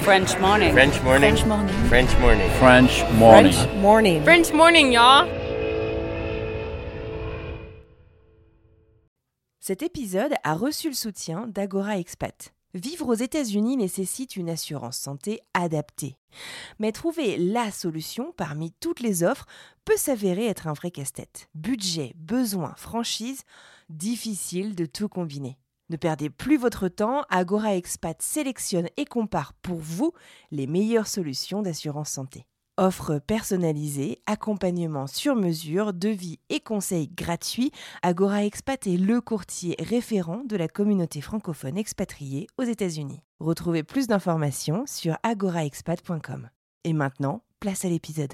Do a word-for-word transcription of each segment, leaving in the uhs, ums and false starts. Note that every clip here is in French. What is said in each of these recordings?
French morning. French morning. French morning. French morning. French morning. French morning. French morning, y'all. Cet épisode a reçu le soutien d'Agora Expat. Vivre aux États-Unis nécessite une assurance santé adaptée. Mais trouver la solution parmi toutes les offres peut s'avérer être un vrai casse-tête. Budget, besoins, franchise, difficile de tout combiner. Ne perdez plus votre temps, Agora Expat sélectionne et compare pour vous les meilleures solutions d'assurance santé. Offres personnalisées, accompagnement sur mesure, devis et conseils gratuits, Agora Expat est le courtier référent de la communauté francophone expatriée aux États-Unis. Retrouvez plus d'informations sur agora expat point com. Et maintenant, place à l'épisode.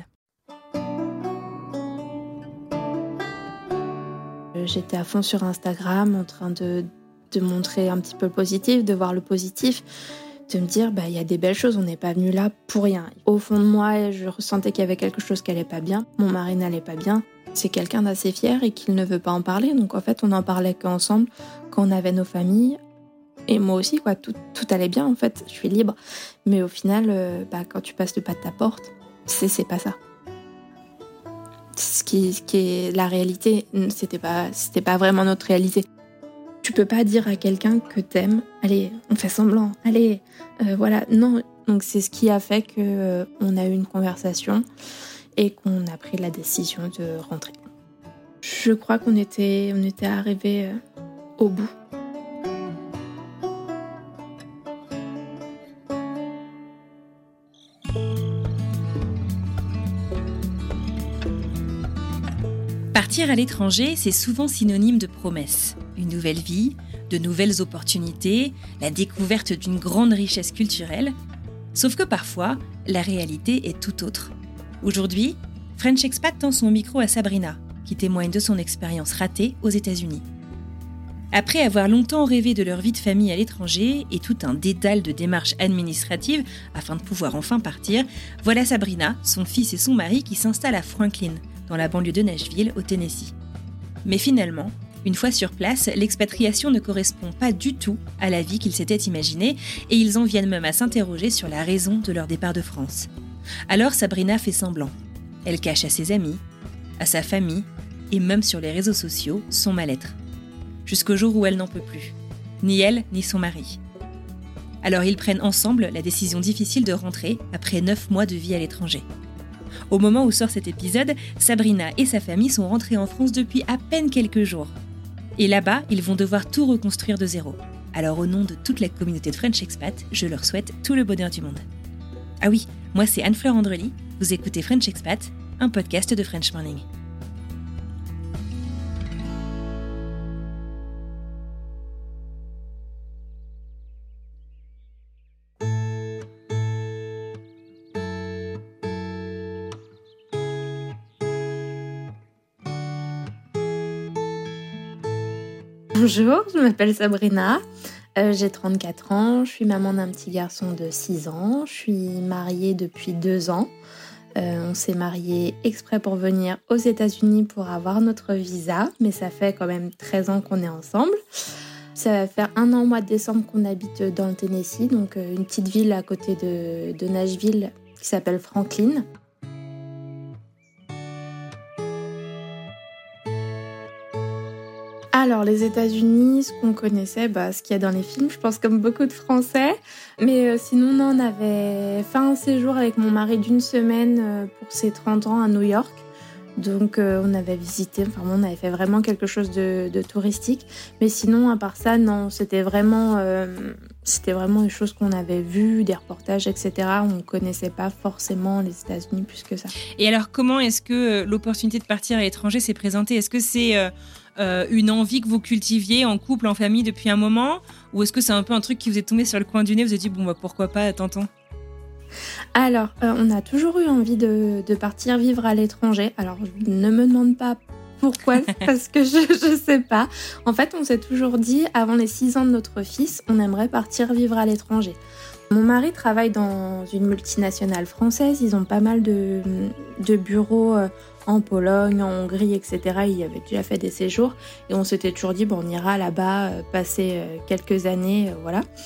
J'étais à fond sur Instagram en train de, de montrer un petit peu le positif, de voir le positif, de me dire bah il y a des belles choses, on n'est pas venu là pour rien. Au fond de moi, je ressentais qu'il y avait quelque chose qui allait pas bien, mon mari n'allait pas bien. C'est quelqu'un d'assez fier et qu'il ne veut pas en parler, donc en fait on n'en parlait qu'ensemble quand on avait nos familles. Et moi aussi, quoi, tout, tout allait bien en fait, je suis libre. Mais au final, euh, bah, quand tu passes le pas de ta porte, c'est, c'est pas ça. Ce qui, ce qui est la réalité, c'était pas, c'était pas vraiment notre réalité. Tu peux pas dire à quelqu'un que t'aimes, allez, on fait semblant, allez, euh, voilà, non. Donc c'est ce qui a fait que euh, on a eu une conversation et qu'on a pris la décision de rentrer. Je crois qu'on était, on était arrivés euh, au bout. Partir à l'étranger, c'est souvent synonyme de promesses. Une nouvelle vie, de nouvelles opportunités, la découverte d'une grande richesse culturelle. Sauf que parfois, la réalité est tout autre. Aujourd'hui, French Expat tend son micro à Sabrina, qui témoigne de son expérience ratée aux États-Unis. Après avoir longtemps rêvé de leur vie de famille à l'étranger et tout un dédale de démarches administratives afin de pouvoir enfin partir, voilà Sabrina, son fils et son mari qui s'installent à Franklin, dans la banlieue de Nashville, au Tennessee. Mais finalement, une fois sur place, l'expatriation ne correspond pas du tout à la vie qu'ils s'étaient imaginée et ils en viennent même à s'interroger sur la raison de leur départ de France. Alors Sabrina fait semblant. Elle cache à ses amis, à sa famille et même sur les réseaux sociaux son mal-être. Jusqu'au jour où elle n'en peut plus. Ni elle, ni son mari. Alors ils prennent ensemble la décision difficile de rentrer après neuf mois de vie à l'étranger. Au moment où sort cet épisode, Sabrina et sa famille sont rentrés en France depuis à peine quelques jours. Et là-bas, ils vont devoir tout reconstruire de zéro. Alors au nom de toute la communauté de French Expat, je leur souhaite tout le bonheur du monde. Ah oui, moi c'est Anne-Fleur Andrely, vous écoutez French Expat, un podcast de French Morning. Bonjour, je m'appelle Sabrina, euh, j'ai trente-quatre ans, je suis maman d'un petit garçon de six ans, je suis mariée depuis deux ans. Euh, on s'est mariés exprès pour venir aux États-Unis pour avoir notre visa, mais ça fait quand même treize ans qu'on est ensemble. Ça va faire un an au mois de décembre qu'on habite dans le Tennessee, donc euh, une petite ville à côté de, de Nashville qui s'appelle Franklin. Alors, les États-Unis, ce qu'on connaissait, bah, ce qu'il y a dans les films, je pense comme beaucoup de Français. Mais euh, sinon, non, on avait fait un séjour avec mon mari d'une semaine euh, pour ses trente ans à New York. Donc, euh, on avait visité, enfin, on avait fait vraiment quelque chose de, de touristique. Mais sinon, à part ça, non, c'était vraiment, euh, c'était vraiment des choses qu'on avait vues, des reportages, et cetera. On ne connaissait pas forcément les États-Unis plus que ça. Et alors, comment est-ce que l'opportunité de partir à l'étranger s'est présentée ? Est-ce que c'est euh, euh, une envie que vous cultiviez en couple, en famille depuis un moment ? Ou est-ce que c'est un peu un truc qui vous est tombé sur le coin du nez ? Vous vous êtes dit, bon, bah, pourquoi pas, tentons ? Alors, euh, on a toujours eu envie de, de partir vivre à l'étranger. Alors, ne me demande pas pourquoi, parce que je ne sais pas. En fait, on s'est toujours dit, avant les six ans de notre fils, on aimerait partir vivre à l'étranger. Mon mari travaille dans une multinationale française. Ils ont pas mal de, de bureaux en Pologne, en Hongrie, et cetera. Il avait déjà fait des séjours. Et on s'était toujours dit, bon, on ira là-bas, passer quelques années, voilà.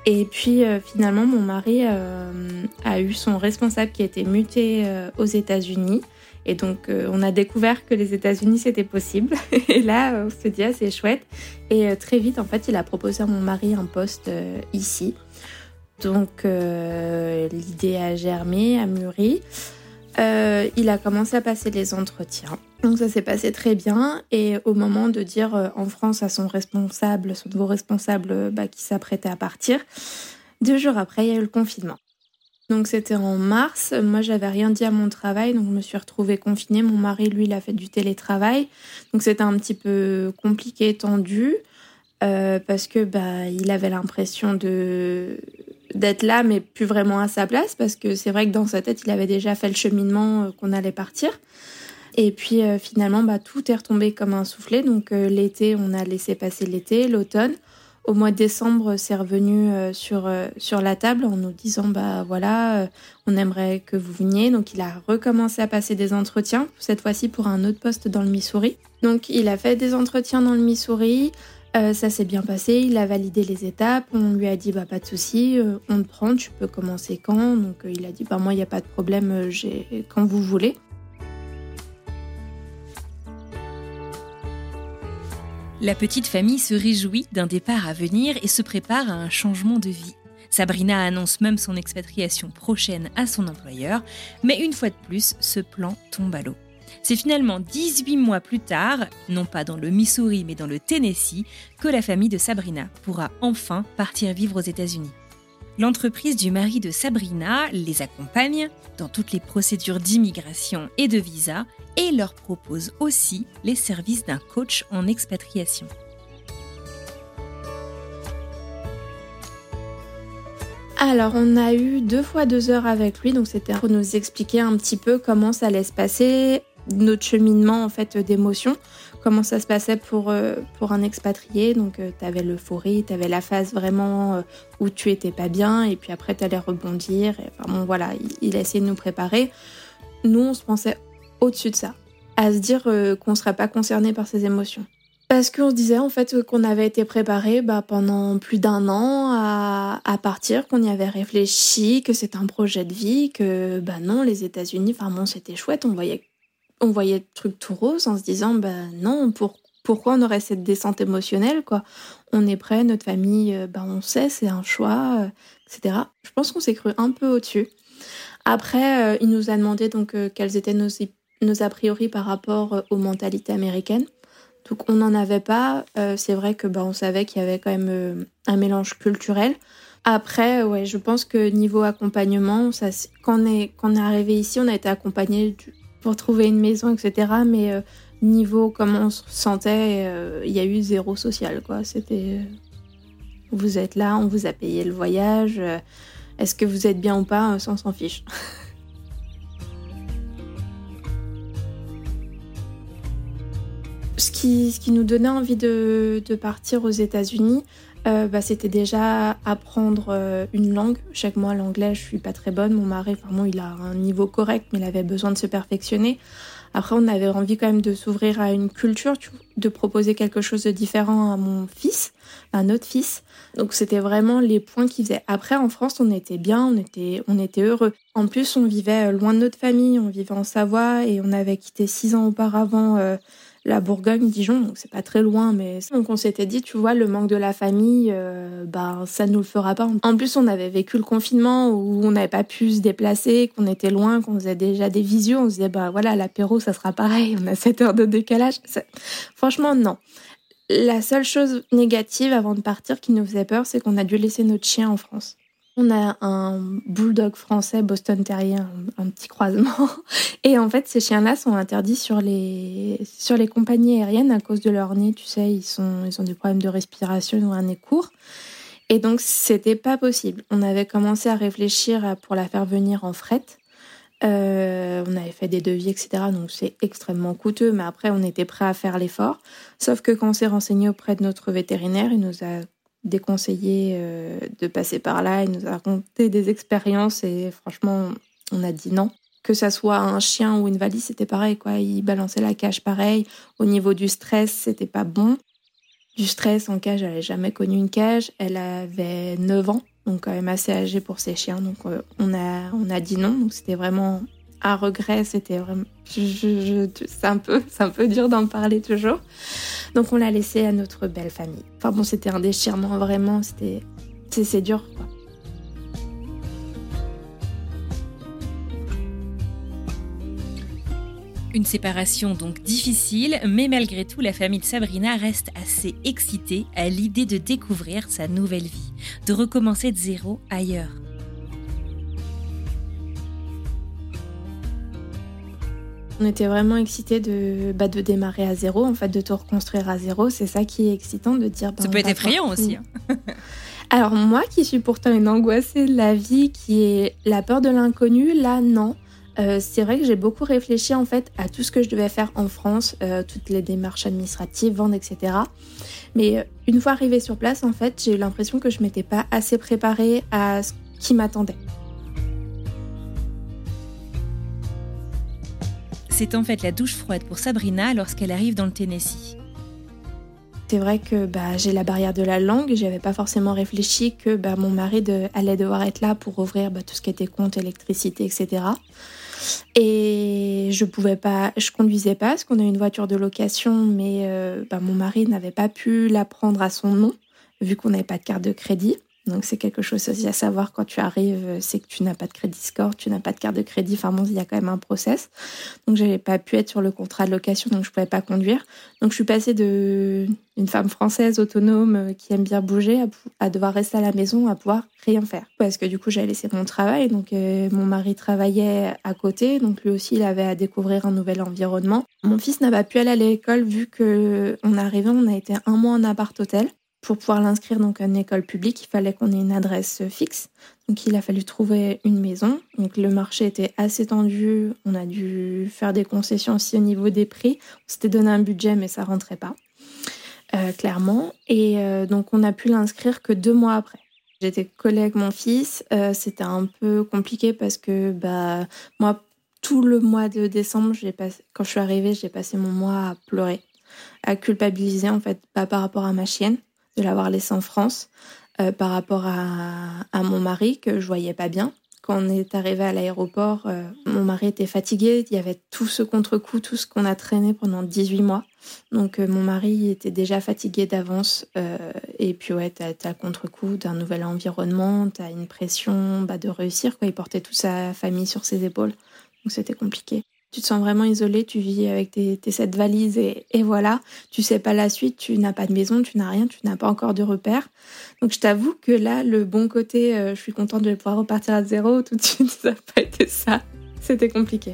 Et puis euh, finalement, mon mari euh, a eu son responsable qui a été muté euh, aux États-Unis. Et donc, euh, on a découvert que les États-Unis, c'était possible. Et là, on se dit, ah, c'est chouette. Et euh, très vite, en fait, il a proposé à mon mari un poste euh, ici. Donc, euh, l'idée a germé, a mûri. Euh, il a commencé à passer les entretiens. Donc, ça s'est passé très bien. Et au moment de dire euh, en France à son responsable, son nouveau responsable, bah, qui s'apprêtait à partir, deux jours après, il y a eu le confinement. Donc c'était en mars, moi j'avais rien dit à mon travail, donc je me suis retrouvée confinée. Mon mari, lui, il a fait du télétravail, donc c'était un petit peu compliqué, tendu, euh, parce que bah il avait l'impression de d'être là, mais plus vraiment à sa place, parce que c'est vrai que dans sa tête, il avait déjà fait le cheminement euh, qu'on allait partir. Et puis euh, finalement, bah tout est retombé comme un soufflet. Donc euh, l'été, on a laissé passer l'été, l'automne. Au mois de décembre, c'est revenu euh, sur, euh, sur la table en nous disant bah voilà, euh, on aimerait que vous veniez. Donc il a recommencé à passer des entretiens, cette fois-ci pour un autre poste dans le Missouri. Donc il a fait des entretiens dans le Missouri, euh, ça s'est bien passé, il a validé les étapes, on lui a dit bah pas de souci, euh, on te prend, tu peux commencer quand. Donc euh, il a dit bah moi il n'y a pas de problème, euh, j'ai quand vous voulez. La petite famille se réjouit d'un départ à venir et se prépare à un changement de vie. Sabrina annonce même son expatriation prochaine à son employeur, mais une fois de plus, ce plan tombe à l'eau. C'est finalement dix-huit mois plus tard, non pas dans le Missouri mais dans le Tennessee, que la famille de Sabrina pourra enfin partir vivre aux États-Unis. L'entreprise du mari de Sabrina les accompagne dans toutes les procédures d'immigration et de visa et leur propose aussi les services d'un coach en expatriation. Alors, on a eu deux fois deux heures avec lui, donc c'était pour nous expliquer un petit peu comment ça allait se passer, notre cheminement en fait d'émotions, comment ça se passait pour, euh, pour un expatrié. Donc, euh, tu avais l'euphorie, tu avais la phase vraiment euh, où tu étais pas bien, et puis après, tu allais rebondir. Et, enfin, bon, voilà, il, il a essayé de nous préparer. Nous, on se pensait au-dessus de ça, à se dire euh, qu'on ne serait pas concerné par ces émotions. Parce qu'on se disait en fait qu'on avait été préparé bah, pendant plus d'un an à, à partir, qu'on y avait réfléchi, que c'était un projet de vie, que bah non, les États-Unis, enfin bon, c'était chouette, on voyait, on voyait le truc tout rose en se disant bah non, pour, pourquoi on aurait cette descente émotionnelle quoi. On est prêt, notre famille, bah on sait, c'est un choix, euh, et cetera. Je pense qu'on s'est cru un peu au-dessus. Après, euh, il nous a demandé donc euh, quels étaient nos, nos a priori par rapport euh, aux mentalités américaines. Donc on n'en avait pas. Euh, c'est vrai que bah, on savait qu'il y avait quand même euh, un mélange culturel. Après, ouais, je pense que niveau accompagnement, ça, quand, on est, quand on est arrivé ici, on a été accompagné pour trouver une maison, et cetera. Mais euh, niveau comment on se sentait, euh, il y a eu zéro social, quoi. C'était, euh, vous êtes là, on vous a payé le voyage. Euh, est-ce que vous êtes bien ou pas, on s'en fiche. Ce qui, ce qui nous donnait envie de, de partir aux États-Unis, euh, bah, c'était déjà apprendre euh, une langue. Chaque mois, l'anglais, je suis pas très bonne. Mon mari, vraiment, il a un niveau correct, mais il avait besoin de se perfectionner. Après, on avait envie quand même de s'ouvrir à une culture, de proposer quelque chose de différent à mon fils, à notre fils. Donc, c'était vraiment les points qui faisaient. Après, en France, on était bien, on était, on était heureux. En plus, on vivait loin de notre famille, on vivait en Savoie et on avait quitté six ans auparavant euh, la Bourgogne, Dijon, donc c'est pas très loin, mais donc on s'était dit, tu vois, le manque de la famille, euh, bah ça nous le fera pas. En plus, on avait vécu le confinement où on n'avait pas pu se déplacer, qu'on était loin, qu'on faisait déjà des visios, on se disait bah voilà, l'apéro ça sera pareil, on a sept heures de décalage. Ça... Franchement non. La seule chose négative avant de partir qui nous faisait peur, c'est qu'on a dû laisser notre chien en France. On a un bulldog français, Boston Terrier, un, un petit croisement. Et en fait, ces chiens-là sont interdits sur les, sur les compagnies aériennes à cause de leur nez. Tu sais, ils, sont, ils ont des problèmes de respiration, ils ont un nez court. Et donc, c'était pas possible. On avait commencé à réfléchir pour la faire venir en fret. Euh, on avait fait des devis, et cetera. Donc, c'est extrêmement coûteux. Mais après, on était prêt à faire l'effort. Sauf que quand on s'est renseigné auprès de notre vétérinaire, il nous a déconseillé euh, de passer par là. Il nous a raconté des expériences et franchement, on a dit non. Que ça soit un chien ou une valise, c'était pareil, quoi. Il balançait la cage pareil. Au niveau du stress, c'était pas bon. Du stress en cage, elle n'avait jamais connu une cage. Elle avait neuf ans. donc quand même assez âgé pour ses chiens. Donc euh, on, a, on a dit non, donc c'était vraiment un regret, c'était vraiment... Je, je, je, c'est, un peu, c'est un peu dur d'en parler toujours. Donc on l'a laissé à notre belle famille. Enfin bon, c'était un déchirement, vraiment, c'était... C'est, c'est dur, quoi. Une séparation donc difficile, mais malgré tout, la famille de Sabrina reste assez excitée à l'idée de découvrir sa nouvelle vie, de recommencer de zéro ailleurs. On était vraiment excités de, bah, de démarrer à zéro, en fait, de tout reconstruire à zéro. C'est ça qui est excitant, de dire... Bah, ça peut être effrayant aussi. Hein. Alors moi, qui suis pourtant une angoissée de la vie, qui est la peur de l'inconnu, là, non. Euh, c'est vrai que j'ai beaucoup réfléchi en fait à tout ce que je devais faire en France, euh, toutes les démarches administratives, vendre, et cetera. Mais euh, une fois arrivée sur place, en fait, j'ai eu l'impression que je m'étais pas assez préparée à ce qui m'attendait. C'est en fait la douche froide pour Sabrina lorsqu'elle arrive dans le Tennessee. C'est vrai que bah, j'ai la barrière de la langue, j'avais pas forcément réfléchi que bah, mon mari de, allait devoir être là pour ouvrir bah, tout ce qui était compte, électricité, et cetera. Et je pouvais pas, je conduisais pas parce qu'on a une voiture de location, mais euh, bah, mon mari n'avait pas pu la prendre à son nom vu qu'on n'avait pas de carte de crédit. Donc c'est quelque chose aussi à savoir quand tu arrives, c'est que tu n'as pas de crédit score, tu n'as pas de carte de crédit. Enfin bon, il y a quand même un process. Donc j'avais pas pu être sur le contrat de location, donc je pouvais pas conduire. Donc je suis passée de une femme française autonome qui aime bien bouger à, à devoir rester à la maison, à pouvoir rien faire. Parce que du coup j'avais laissé mon travail, donc euh, mon mari travaillait à côté, donc lui aussi il avait à découvrir un nouvel environnement. Mon fils n'a pas pu aller à l'école vu que on est arrivé, on a été un mois en appart-hôtel. Pour pouvoir l'inscrire donc à une école publique, il fallait qu'on ait une adresse fixe. Donc il a fallu trouver une maison. Donc le marché était assez tendu. On a dû faire des concessions aussi au niveau des prix. On s'était donné un budget, mais ça rentrait pas, euh, clairement. Et euh, donc on a pu l'inscrire que deux mois après. J'étais collègue avec mon fils. Euh, c'était un peu compliqué parce que bah moi, tout le mois de décembre, j'ai passé, quand je suis arrivée, j'ai passé mon mois à pleurer, à culpabiliser en fait, pas par rapport à ma chienne, de l'avoir laissé en France, euh, par rapport à, à mon mari, que je voyais pas bien. Quand on est arrivé à l'aéroport, euh, mon mari était fatigué, il y avait tout ce contre-coup, tout ce qu'on a traîné pendant dix-huit mois. Donc euh, mon mari était déjà fatigué d'avance, euh, et puis ouais, t'as, t'as le contre-coup d'un nouvel environnement, t'as une pression bah, de réussir, quoi. Il portait toute sa famille sur ses épaules, donc c'était compliqué. Tu te sens vraiment isolé, tu vis avec tes, tes sept valises et, et voilà. Tu sais pas la suite, tu n'as pas de maison, tu n'as rien, tu n'as pas encore de repères. Donc je t'avoue que là, le bon côté, euh, je suis contente de pouvoir repartir à zéro, tout de suite, ça n'a pas été ça. C'était compliqué.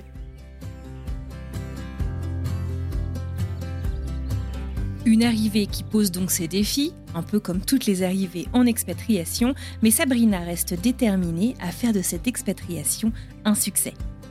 Une arrivée qui pose donc ses défis, un peu comme toutes les arrivées en expatriation, mais Sabrina reste déterminée à faire de cette expatriation un succès.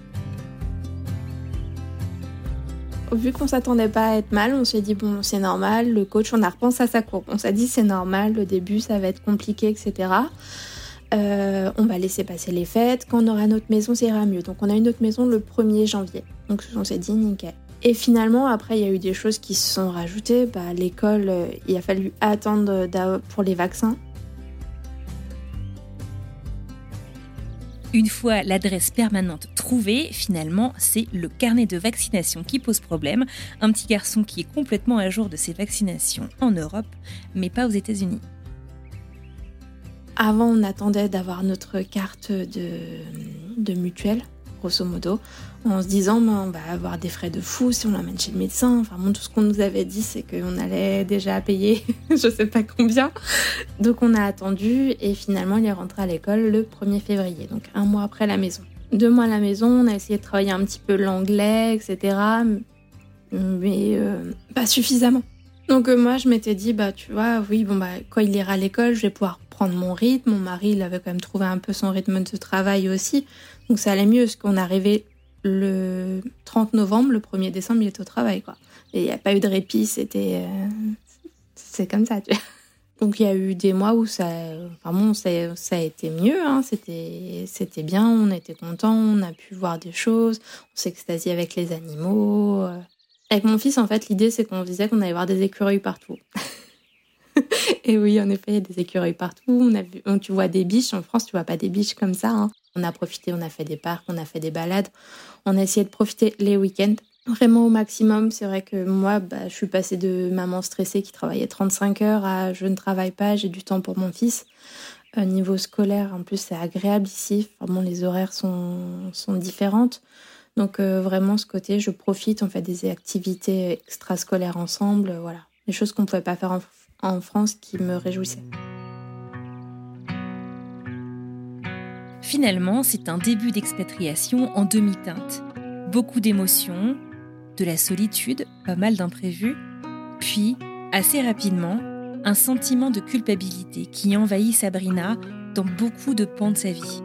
Vu qu'on s'attendait pas à être mal, on s'est dit bon c'est normal, le coach, on a repensé à sa courbe. On s'est dit c'est normal, le début ça va être compliqué, et cetera. Euh, on va laisser passer les fêtes, quand on aura notre maison ça ira mieux. Donc on a eu notre maison le premier janvier, donc on s'est dit nickel. Et finalement après il y a eu des choses qui se sont rajoutées, bah, l'école, euh, il a fallu attendre pour les vaccins. Une fois l'adresse permanente trouvée, finalement, c'est le carnet de vaccination qui pose problème. Un petit garçon qui est complètement à jour de ses vaccinations en Europe, mais pas aux États-Unis. Avant, on attendait d'avoir notre carte de, de mutuelle, grosso modo, en se disant bah, on va avoir des frais de fou si on l'emmène chez le médecin. Enfin bon, tout ce qu'on nous avait dit, c'est qu'on allait déjà payer je sais pas combien. Donc on a attendu et finalement il est rentré à l'école le premier février, donc un mois après la maison. Deux mois à la maison, on a essayé de travailler un petit peu l'anglais, et cetera. Mais euh, pas suffisamment. Donc euh, moi je m'étais dit, bah tu vois, oui, bon bah quand il ira à l'école, je vais pouvoir prendre mon rythme. Mon mari, il avait quand même trouvé un peu son rythme de travail aussi. Donc ça allait mieux, parce qu'on arrivait le trente novembre, le premier décembre, il était au travail, quoi. Et il n'y a pas eu de répit, c'était... Euh, c'est comme ça, tu vois. Donc il y a eu des mois où ça... Enfin bon, ça, ça a été mieux, hein. C'était, c'était bien, on était contents, on a pu voir des choses, on s'extasiait avec les animaux. Avec mon fils, en fait, l'idée, c'est qu'on disait qu'on allait voir des écureuils partout. Et oui, en effet, il y a des écureuils partout. On a vu, tu vois des biches. En France, tu vois pas des biches comme ça. Hein. On a profité, on a fait des parcs, on a fait des balades. On a essayé de profiter les week-ends vraiment au maximum. C'est vrai que moi, bah, je suis passée de maman stressée qui travaillait trente-cinq heures à je ne travaille pas, j'ai du temps pour mon fils. Euh, niveau scolaire, en plus, c'est agréable ici. Enfin, bon, les horaires sont, sont différentes. Donc euh, vraiment, ce côté, je profite, on fait des activités extrascolaires ensemble. Euh, voilà, des choses qu'on ne pouvait pas faire en, en France qui me réjouissaient. Finalement, c'est un début d'expatriation en demi-teinte. Beaucoup d'émotions, de la solitude, pas mal d'imprévus, puis, assez rapidement, un sentiment de culpabilité qui envahit Sabrina dans beaucoup de pans de sa vie.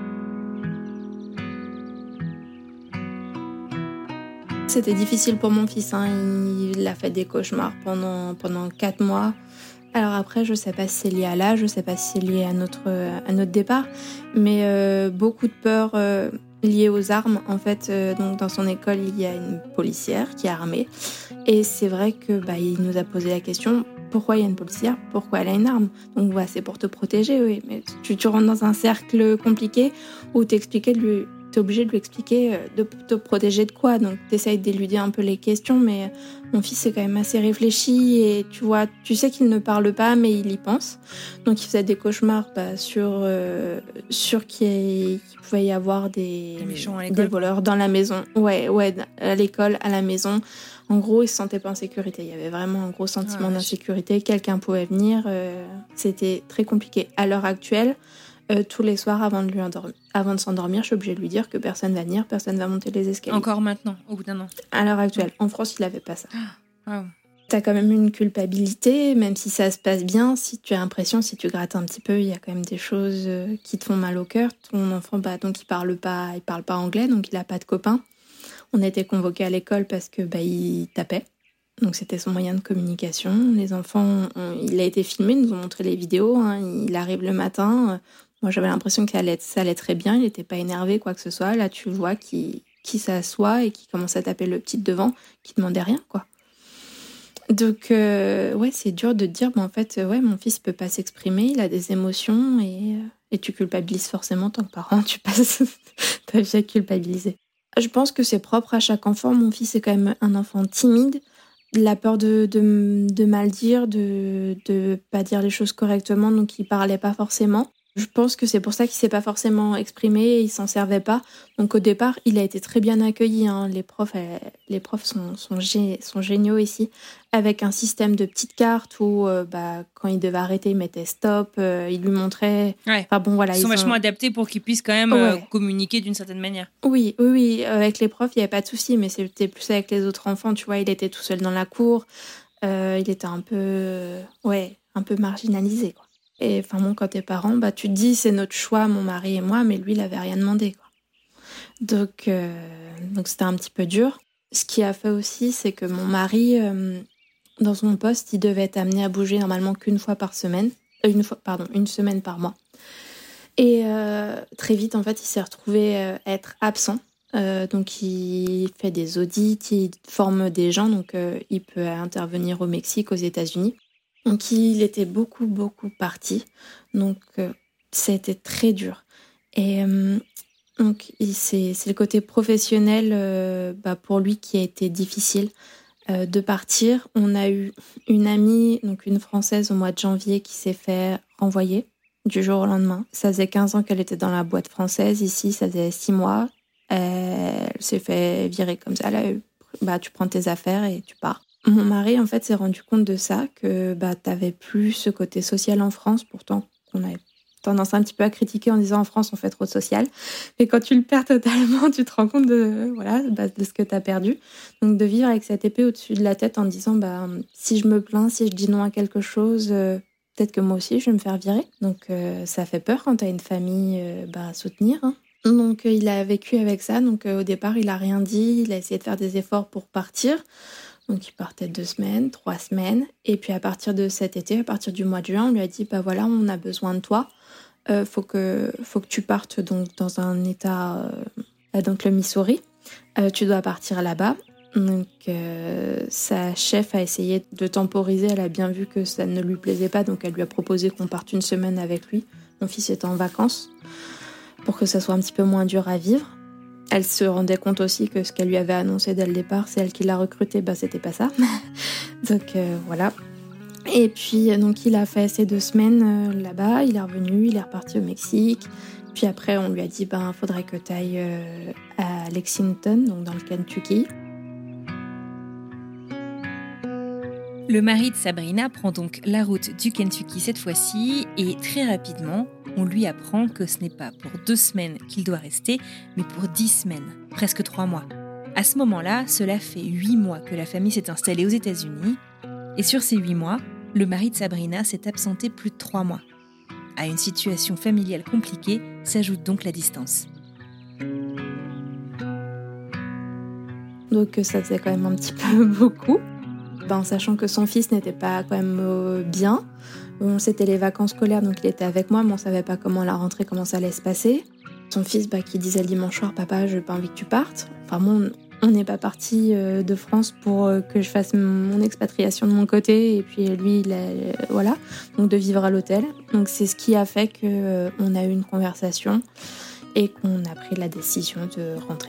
C'était difficile pour mon fils, hein. Il a fait des cauchemars pendant, pendant quatre mois. Alors après, je sais pas si c'est lié à l'âge, je sais pas si c'est lié à notre, à notre départ, mais euh, beaucoup de peur euh, liée aux armes. En fait, euh, donc dans son école, il y a une policière qui est armée, et c'est vrai que bah, il nous a posé la question pourquoi il y a une policière, pourquoi elle a une arme. Donc bah, c'est pour te protéger, oui, mais tu, tu rentres dans un cercle compliqué où t'expliquais de lui. T'es obligé de lui expliquer de te protéger de quoi. Donc t'essayes d'éluder un peu les questions, mais mon fils est quand même assez réfléchi et tu vois, tu sais qu'il ne parle pas, mais il y pense. Donc il faisait des cauchemars bah, sur euh, sur qu'il, y, qu'il pouvait y avoir des, des, des voleurs dans la maison. Ouais, ouais, à l'école, à la maison. En gros, il se sentait pas en sécurité. Il y avait vraiment un gros sentiment ah, d'insécurité. Quelqu'un pouvait venir. Euh, c'était très compliqué. À l'heure actuelle. Euh, tous les soirs avant de, lui endormir, avant de s'endormir, je suis obligée de lui dire que personne va venir, personne va monter les escaliers. Encore maintenant, au bout d'un an. À l'heure actuelle. En France, il n'avait pas ça. Ah, wow. T'as quand même une culpabilité, même si ça se passe bien, si tu as l'impression, si tu grattes un petit peu, il y a quand même des choses qui te font mal au cœur. Ton enfant, bah, donc il parle pas, il parle pas anglais, donc il a pas de copains. On a été convoqués à l'école parce que bah, il tapait. Donc c'était son moyen de communication. Les enfants, on, il a été filmé, ils nous ont montré les vidéos. Hein, il arrive le matin. Moi, j'avais l'impression que ça allait, ça allait très bien. Il n'était pas énervé, quoi que ce soit. Là, tu vois qui, qui s'assoit et qui commence à taper le petit devant, qui demandait rien, quoi. Donc, euh, ouais, c'est dur de dire, mais en fait, ouais, mon fils peut pas s'exprimer, il a des émotions et, et tu culpabilises forcément en tant que parent. Tu passes ta vie à culpabiliser. Je pense que c'est propre à chaque enfant. Mon fils est quand même un enfant timide. Il a peur de, de, de mal dire, de ne pas dire les choses correctement, donc il parlait pas forcément. Je pense que c'est pour ça qu'il s'est pas forcément exprimé et il s'en servait pas. Donc au départ, il a été très bien accueilli. Hein. Les profs, euh, les profs sont, sont, gé- sont géniaux ici, avec un système de petites cartes où euh, bah, quand il devait arrêter, il mettait stop, euh, il lui montrait. Ouais. Enfin, bon, voilà, ils sont ils vachement ont... adaptés pour qu'ils puissent quand même ouais. euh, communiquer d'une certaine manière. Oui, oui, oui. Avec les profs, il n'y avait pas de souci, mais c'était plus avec les autres enfants. Tu vois, il était tout seul dans la cour. Euh, il était un peu, ouais, un peu marginalisé, quoi. Et enfin bon, quand t'es parent, bah tu te dis c'est notre choix, mon mari et moi, mais lui il avait rien demandé, quoi. Donc euh, donc c'était un petit peu dur. Ce qui a fait aussi, c'est que mon mari, euh, dans son poste, il devait être amené à bouger normalement qu'une fois par semaine, euh, une fois, pardon, une semaine par mois. Et euh, très vite, en fait, il s'est retrouvé euh, être absent. Euh, donc il fait des audits, il forme des gens, donc euh, il peut intervenir au Mexique, aux États-Unis. Donc il était beaucoup, beaucoup parti. Donc euh, ça a été très dur. Et euh, donc il, c'est, c'est le côté professionnel euh, bah, pour lui qui a été difficile euh, de partir. On a eu une amie, donc une Française au mois de janvier qui s'est fait renvoyer du jour au lendemain. Ça faisait quinze ans qu'elle était dans la boîte française. Ici, ça faisait six mois. Elle s'est fait virer comme ça. Là, bah, tu prends tes affaires et tu pars. Mon mari, en fait, s'est rendu compte de ça, que bah, t'avais plus ce côté social en France, pourtant qu'on avait tendance un petit peu à critiquer en disant en France, on fait trop de social. Mais quand tu le perds totalement, tu te rends compte de, voilà, bah, de ce que t'as perdu. Donc de vivre avec cette épée au-dessus de la tête en disant bah, si je me plains, si je dis non à quelque chose, euh, peut-être que moi aussi, je vais me faire virer. Donc euh, ça fait peur quand t'as une famille euh, bah, à soutenir, hein. Donc euh, il a vécu avec ça. Donc euh, au départ, il a rien dit. Il a essayé de faire des efforts pour partir. Donc il partait deux semaines, trois semaines. Et puis à partir de cet été, à partir du mois de juin, on lui a dit bah voilà, on a besoin de toi. Euh, faut que faut que tu partes donc dans un état, euh, donc le Missouri. Euh, tu dois partir là-bas. Donc euh, sa chef a essayé de temporiser, elle a bien vu que ça ne lui plaisait pas, donc elle lui a proposé qu'on parte une semaine avec lui. Mon fils était en vacances, pour que ça soit un petit peu moins dur à vivre. Elle se rendait compte aussi que ce qu'elle lui avait annoncé dès le départ, c'est elle qui l'a recruté, bah c'était pas ça. Donc euh, voilà. Et puis donc il a fait ces deux semaines euh, là-bas, il est revenu, il est reparti au Mexique. Puis après on lui a dit ben faudrait que tu ailles euh, à Lexington, donc dans le Kentucky. Le mari de Sabrina prend donc la route du Kentucky cette fois-ci et très rapidement, on lui apprend que ce n'est pas pour deux semaines qu'il doit rester, mais pour dix semaines, presque trois mois. À ce moment-là, cela fait huit mois que la famille s'est installée aux États-Unis et sur ces huit mois, le mari de Sabrina s'est absenté plus de trois mois. À une situation familiale compliquée s'ajoute donc la distance. Donc ça faisait quand même un petit peu beaucoup. Ben, sachant que son fils n'était pas quand même euh, bien. Bon, c'était les vacances scolaires, donc il était avec moi, mais on savait pas comment la rentrée, comment ça allait se passer. Son fils bah, qui disait le dimanche soir, papa, j'ai pas envie que tu partes. Enfin bon, on n'est pas parti euh, de France pour euh, que je fasse mon expatriation de mon côté, et puis lui, il a, euh, voilà, donc de vivre à l'hôtel. Donc c'est ce qui a fait qu'on euh, a eu une conversation et qu'on a pris la décision de rentrer.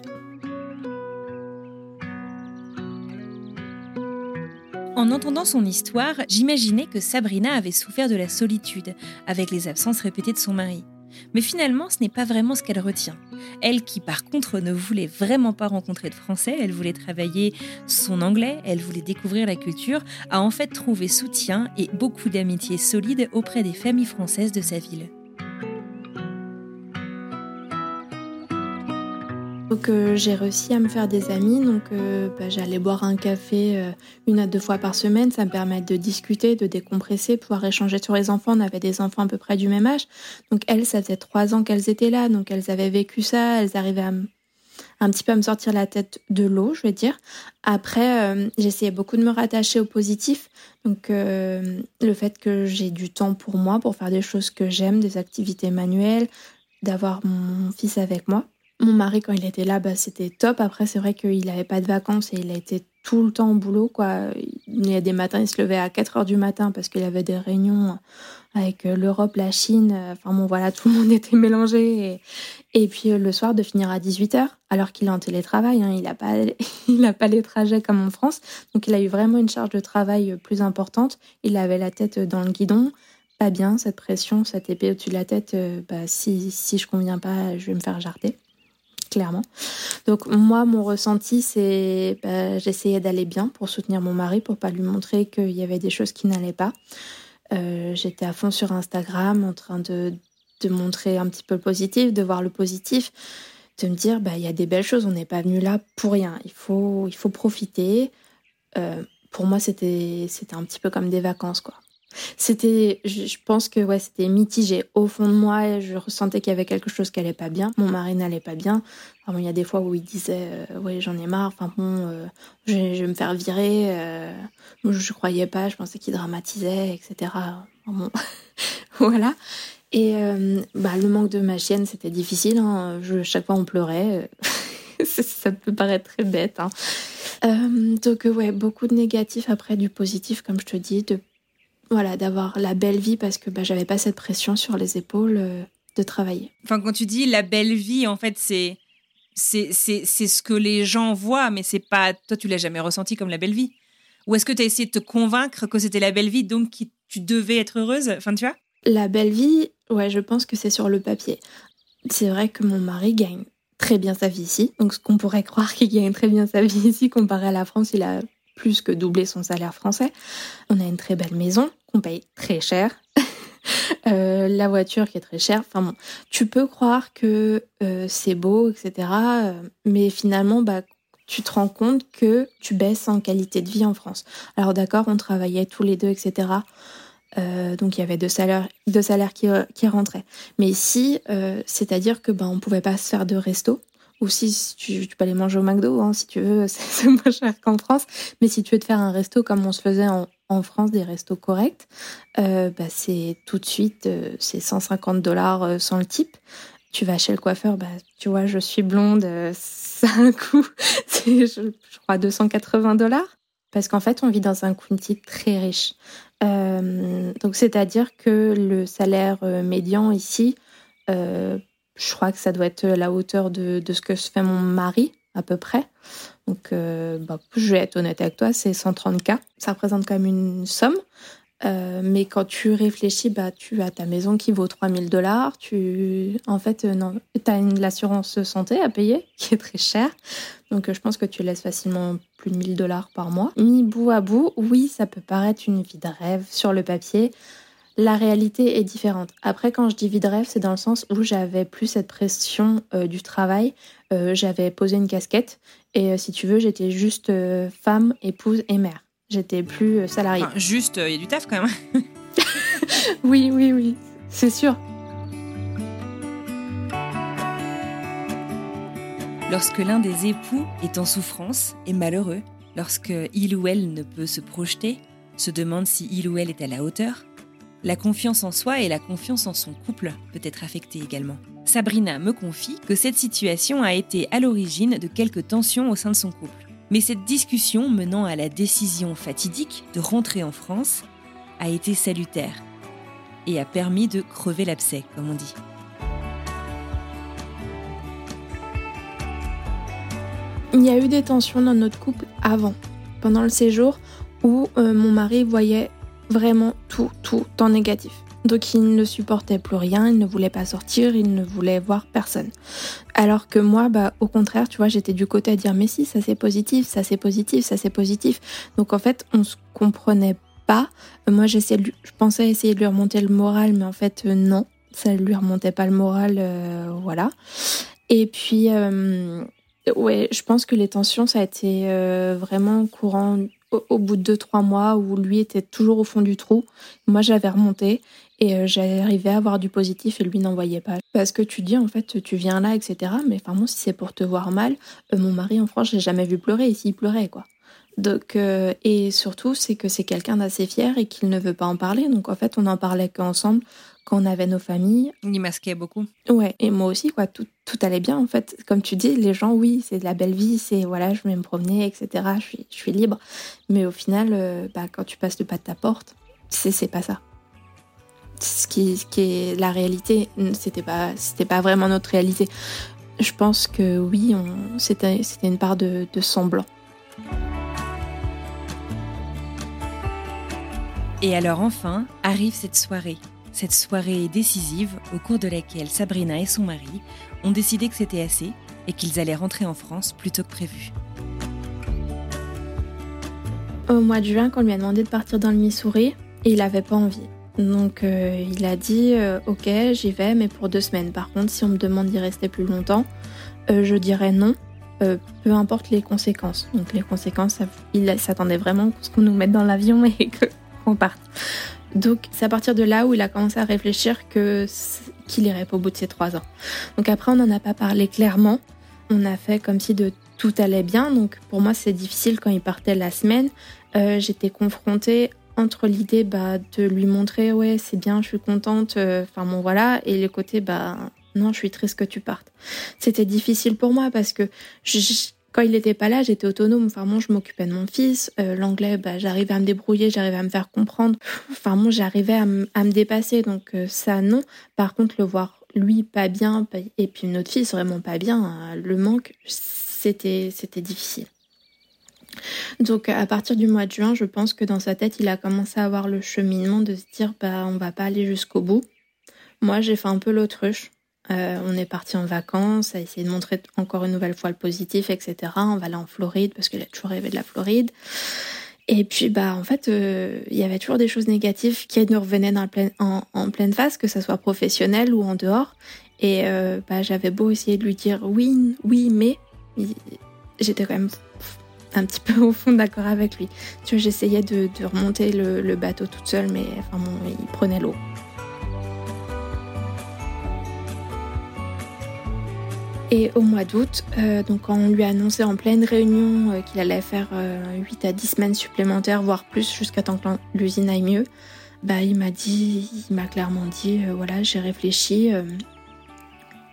En entendant son histoire, j'imaginais que Sabrina avait souffert de la solitude, avec les absences répétées de son mari. Mais finalement, ce n'est pas vraiment ce qu'elle retient. Elle qui, par contre, ne voulait vraiment pas rencontrer de Français, elle voulait travailler son anglais, elle voulait découvrir la culture, a en fait trouvé soutien et beaucoup d'amitié solide auprès des familles françaises de sa ville. Donc euh, j'ai réussi à me faire des amis, donc euh, bah, j'allais boire un café euh, une à deux fois par semaine, ça me permet de discuter, de décompresser, pouvoir échanger sur les enfants. On avait des enfants à peu près du même âge, donc elles, ça faisait trois ans qu'elles étaient là, donc elles avaient vécu ça, elles arrivaient à me, un petit peu à me sortir la tête de l'eau, je vais dire. Après, euh, j'essayais beaucoup de me rattacher au positif, donc euh, le fait que j'ai du temps pour moi, pour faire des choses que j'aime, des activités manuelles, d'avoir mon fils avec moi. Mon mari, quand il était là, bah, c'était top. Après, c'est vrai qu'il n'avait pas de vacances et il a été tout le temps au boulot, quoi. Il y a des matins, il se levait à quatre heures du matin parce qu'il avait des réunions avec l'Europe, la Chine. Enfin bon, voilà, tout le monde était mélangé. Et, et puis le soir, de finir à dix-huit heures, alors qu'il est en télétravail. Hein, il n'a pas, il n'a pas les trajets comme en France. Donc, il a eu vraiment une charge de travail plus importante. Il avait la tête dans le guidon. Pas bien, cette pression, cette épée au-dessus de la tête. Bah, si, si je conviens pas, je vais me faire jarter. Clairement. Donc moi, mon ressenti, c'est bah, j'essayais d'aller bien pour soutenir mon mari, pour pas lui montrer qu'il y avait des choses qui n'allaient pas. Euh, j'étais à fond sur Instagram en train de, de montrer un petit peu le positif, de voir le positif, de me dire bah il y a des belles choses, on n'est pas venu là pour rien. Il faut, il faut profiter. Euh, pour moi, c'était, c'était un petit peu comme des vacances, quoi. C'était, je pense que ouais, c'était mitigé. Au fond de moi, je ressentais qu'il y avait quelque chose qui allait pas bien. Mon mari n'allait pas bien. Enfin, bon, il y a des fois où il disait, euh, ouais, j'en ai marre. Enfin bon, euh, je, je vais me faire virer. Euh, je, je croyais pas. Je pensais qu'il dramatisait, et cetera. Enfin, bon, voilà. Et euh, bah, le manque de ma chienne, c'était difficile. Hein. Je, chaque fois, on pleurait. Ça peut paraître très bête. Hein. Euh, donc ouais, beaucoup de négatifs après du positif, comme je te dis, de Voilà, d'avoir la belle vie parce que bah, j'avais pas cette pression sur les épaules euh, de travailler. Enfin, quand tu dis la belle vie, en fait, c'est, c'est, c'est, c'est ce que les gens voient, mais c'est pas... Toi, tu l'as jamais ressenti comme la belle vie. Ou est-ce que tu as essayé de te convaincre que c'était la belle vie, donc que tu devais être heureuse? Enfin, tu vois? La belle vie, ouais, je pense que c'est sur le papier. C'est vrai que mon mari gagne très bien sa vie ici. Donc, ce qu'on pourrait croire qu'il gagne très bien sa vie ici, comparé à la France, il a plus que doublé son salaire français. On a une très belle maison qu'on paye très cher. euh, la voiture qui est très chère. Enfin bon, tu peux croire que euh, c'est beau, et cetera. Euh, mais finalement, bah, tu te rends compte que tu baisses en qualité de vie en France. Alors d'accord, on travaillait tous les deux, et cetera. Euh, donc il y avait deux salaires, deux salaires qui, qui rentraient. Mais ici, euh, c'est-à-dire que bah, on pouvait pas se faire de resto. Ou si tu, tu peux aller manger au McDo, hein, si tu veux, c'est, c'est moins cher qu'en France. Mais si tu veux te faire un resto comme on se faisait en, en France, des restos corrects, euh, bah c'est tout de suite, euh, c'est cent cinquante dollars sans le type. Tu vas chez le coiffeur, bah, tu vois, je suis blonde, euh, ça a un coût, c'est, je, je crois, deux cent quatre-vingts dollars. Parce qu'en fait, on vit dans un county très riche. Euh, donc, c'est-à-dire que le salaire médian ici, euh, je crois que ça doit être la hauteur de, de ce que se fait mon mari, à peu près. Donc, euh, bah, je vais être honnête avec toi, c'est cent trente K. Ça représente quand même une somme. Euh, mais quand tu réfléchis, bah, tu as ta maison qui vaut trois mille dollars. Tu... En fait, euh, non, tu as une, l'assurance santé à payer, qui est très chère. Donc, euh, je pense que tu laisses facilement plus de mille dollars par mois. Mis bout à bout, oui, ça peut paraître une vie de rêve sur le papier. La réalité est différente. Après, quand je dis vie de rêve, c'est dans le sens où j'avais plus cette pression euh, du travail. Euh, j'avais posé une casquette. Et euh, si tu veux, j'étais juste euh, femme, épouse et mère. J'étais plus euh, salariée. Enfin, juste, il euh, y a du taf quand même. Oui, oui, oui, c'est sûr. Lorsque l'un des époux est en souffrance et malheureux, lorsque il ou elle ne peut se projeter, se demande si il ou elle est à la hauteur, la confiance en soi et la confiance en son couple peut être affectée également. Sabrina me confie que cette situation a été à l'origine de quelques tensions au sein de son couple. Mais cette discussion menant à la décision fatidique de rentrer en France a été salutaire et a permis de crever l'abcès, comme on dit. Il y a eu des tensions dans notre couple avant, pendant le séjour, où euh, mon mari voyait vraiment tout, tout en négatif. Donc il ne supportait plus rien, il ne voulait pas sortir, il ne voulait voir personne. Alors que moi, bah, au contraire, tu vois, j'étais du côté à dire mais si, ça c'est positif, ça c'est positif, ça c'est positif. Donc en fait, on se comprenait pas. Moi, j'essayais de lui... je pensais essayer de lui remonter le moral, mais en fait, euh, non, ça lui remontait pas le moral, euh, voilà. Et puis, euh, ouais, je pense que les tensions, ça a été euh, vraiment courant au, au bout de deux, trois mois où lui était toujours au fond du trou. Moi, j'avais remonté. Et euh, j'arrivais à avoir du positif et lui n'en voyait pas. Parce que tu dis, en fait, tu viens là, et cetera. Mais enfin, bon, si c'est pour te voir mal, euh, mon mari, en France, je l'ai jamais vu pleurer. Ici, il pleurait, quoi. Donc, euh, et surtout, c'est que c'est quelqu'un d'assez fier et qu'il ne veut pas en parler. Donc, en fait, on n'en parlait qu'ensemble quand on avait nos familles. Il masquait beaucoup. Ouais, et moi aussi, quoi. Tout, tout allait bien, en fait. Comme tu dis, les gens, oui, c'est de la belle vie. C'est, voilà, je vais me promener, et cetera. Je suis, je suis libre. Mais au final, euh, bah, quand tu passes le pas de ta porte, c'est, c'est pas ça. Ce qui, ce qui est la réalité, c'était pas, c'était pas vraiment notre réalité. Je pense que oui, on, c'était, c'était une part de, de semblant. Et alors enfin, arrive cette soirée. Cette soirée décisive au cours de laquelle Sabrina et son mari ont décidé que c'était assez et qu'ils allaient rentrer en France plus tôt que prévu. Au mois de juin, quand on lui a demandé de partir dans le Missouri, et il avait pas envie. Donc euh, il a dit euh, ok, j'y vais, mais pour deux semaines. Par contre, si on me demande d'y rester plus longtemps, euh, je dirais non, euh, peu importe les conséquences. Donc les conséquences, ça, il s'attendait vraiment à ce qu'on nous mette dans l'avion et qu'on parte. Donc c'est à partir de là où il a commencé à réfléchir que, qu'il irait pas au bout de ces trois ans. Donc après, on n'en a pas parlé clairement. On a fait comme si de tout allait bien. Donc pour moi, c'est difficile quand il partait la semaine. Euh, j'étais confrontée entre l'idée bah, de lui montrer ouais c'est bien, je suis contente, enfin euh, bon voilà, et le côté bah non, je suis triste que tu partes. C'était difficile pour moi parce que je, je, quand il était pas là, j'étais autonome. Enfin bon, je m'occupais de mon fils, euh, l'anglais, bah j'arrivais à me débrouiller, j'arrivais à me faire comprendre. Enfin bon, j'arrivais à, m- à me dépasser, donc euh, ça non. Par contre, le voir lui pas bien et puis notre fils vraiment pas bien, hein, le manque, c'était c'était difficile. Donc à partir du mois de juin, je pense que dans sa tête, il a commencé à avoir le cheminement de se dire bah on va pas aller jusqu'au bout. Moi, j'ai fait un peu l'autruche. Euh, on est parti en vacances, à essayer de montrer encore une nouvelle fois le positif, et cetera. On va aller en Floride parce qu'il a toujours rêvé de la Floride. Et puis bah en fait, euh, il y avait toujours des choses négatives qui nous revenaient dans la pleine, en, en pleine face, que ça soit professionnel ou en dehors. Et euh, bah j'avais beau essayer de lui dire oui, oui, mais j'étais quand même un petit peu au fond d'accord avec lui. Tu vois, j'essayais de, de remonter le, le bateau toute seule, mais enfin bon, il prenait l'eau. Et au mois d'août, euh, donc quand on lui a annoncé en pleine réunion euh, qu'il allait faire euh, huit à dix semaines supplémentaires, voire plus, jusqu'à temps que l'usine aille mieux, bah il m'a dit, il m'a clairement dit, euh, voilà, j'ai réfléchi, euh,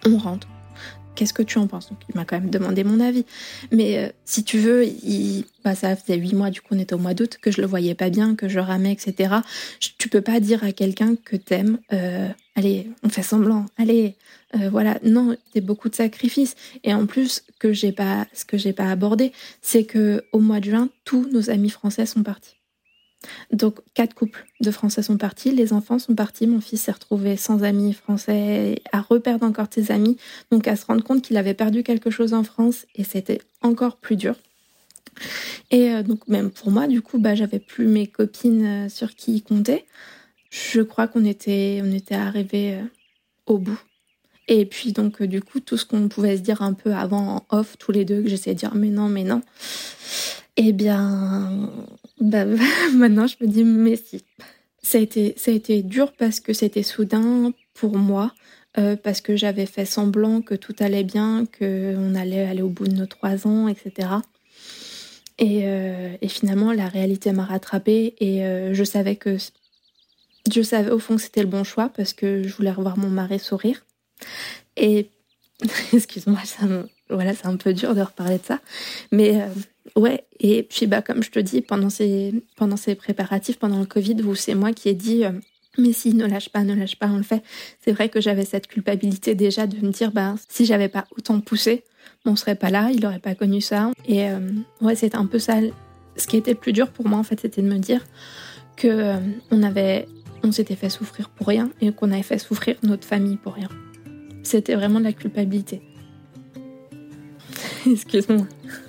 on rentre. Qu'est-ce que tu en penses ? Donc, il m'a quand même demandé mon avis. Mais euh, si tu veux, il... bah, ça faisait huit mois, du coup, on était au mois d'août, que je le voyais pas bien, que je ramais, et cetera. Je... Tu peux pas dire à quelqu'un que t'aimes, euh, allez, on fait semblant, allez, euh, voilà. Non, c'est beaucoup de sacrifices. Et en plus, que j'ai pas, ce que j'ai pas abordé, c'est que au mois de juin, tous nos amis français sont partis. Donc, quatre couples de Français sont partis, les enfants sont partis, mon fils s'est retrouvé sans amis français, à reperdre encore ses amis, donc à se rendre compte qu'il avait perdu quelque chose en France, et c'était encore plus dur. Et euh, donc, même pour moi, du coup, bah, j'avais plus mes copines euh, sur qui compter. Je crois qu'on était, on était arrivés euh, au bout. Et puis, donc, euh, du coup, tout ce qu'on pouvait se dire un peu avant en off, tous les deux, que j'essayais de dire, mais non, mais non. Eh bien, bah, maintenant je me dis mais si. Ça a été, ça a été dur parce que c'était soudain pour moi, euh, parce que j'avais fait semblant que tout allait bien, qu'on allait aller au bout de nos trois ans, et cetera. Et, euh, et finalement, la réalité m'a rattrapée et euh, je savais que, je savais au fond que c'était le bon choix parce que je voulais revoir mon mari sourire. Et excuse-moi, ça me, voilà, c'est un peu dur de reparler de ça, mais euh, ouais. Et puis bah comme je te dis, pendant ces pendant ces préparatifs, pendant le Covid, où c'est moi qui ai dit euh, mais si, ne lâche pas, ne lâche pas, on le fait. C'est vrai que j'avais cette culpabilité déjà de me dire bah si j'avais pas autant poussé, on serait pas là, il aurait pas connu ça. Et euh, ouais, c'était un peu ça. Ce qui était le plus dur pour moi en fait, c'était de me dire que euh, on avait on s'était fait souffrir pour rien et qu'on avait fait souffrir notre famille pour rien. C'était vraiment de la culpabilité. Excuse-moi.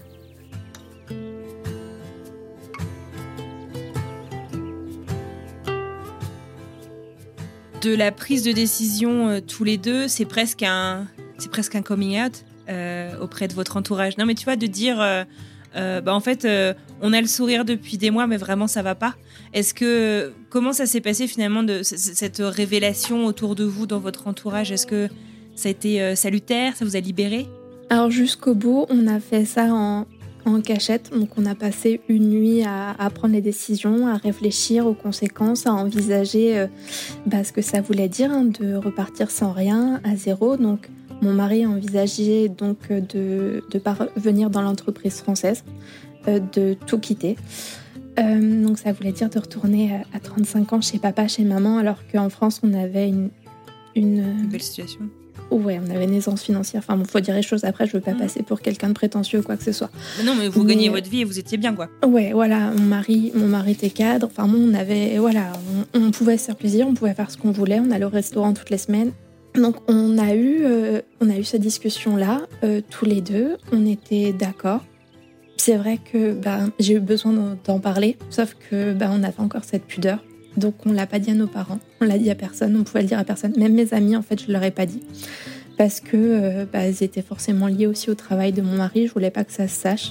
De la prise de décision euh, tous les deux, c'est presque un, c'est presque un coming out euh, auprès de votre entourage. Non, mais tu vois, de dire, euh, euh, bah en fait, euh, on a le sourire depuis des mois, mais vraiment ça va pas. Est-ce que comment ça s'est passé finalement de c- cette révélation autour de vous dans votre entourage ? Est-ce que ça a été euh, salutaire ? Ça vous a libéré ? Alors jusqu'au bout, on a fait ça en, en cachette. Donc on a passé une nuit à, à prendre les décisions, à réfléchir aux conséquences, à envisager euh, bah, ce que ça voulait dire hein, de repartir sans rien, à zéro. Donc mon mari a envisagé donc, de ne pas revenir dans l'entreprise française, euh, de tout quitter. Euh, donc ça voulait dire de retourner à trente-cinq ans chez papa, chez maman, alors qu'en France on avait une... Une, une belle situation. Ouais, on avait une aisance financière. Enfin, il faut dire les choses. Après, je veux pas mmh. passer pour quelqu'un de prétentieux ou quoi que ce soit. Mais non, mais vous mais... gagnez votre vie et vous étiez bien, quoi. Ouais, voilà. Mon mari, mon mari était cadre. Enfin, bon, on avait, voilà, on, on pouvait se faire plaisir, on pouvait faire ce qu'on voulait. On allait au restaurant toutes les semaines. Donc, on a eu, euh, on a eu cette discussion-là euh, tous les deux. On était d'accord. C'est vrai que bah, j'ai eu besoin d'en, d'en parler, sauf que bah, on avait encore cette pudeur. Donc on l'a pas dit à nos parents, on l'a dit à personne, on pouvait le dire à personne. Même mes amis, en fait, je leur ai pas dit. Parce que euh, bah, ils étaient forcément liés aussi au travail de mon mari, je voulais pas que ça se sache.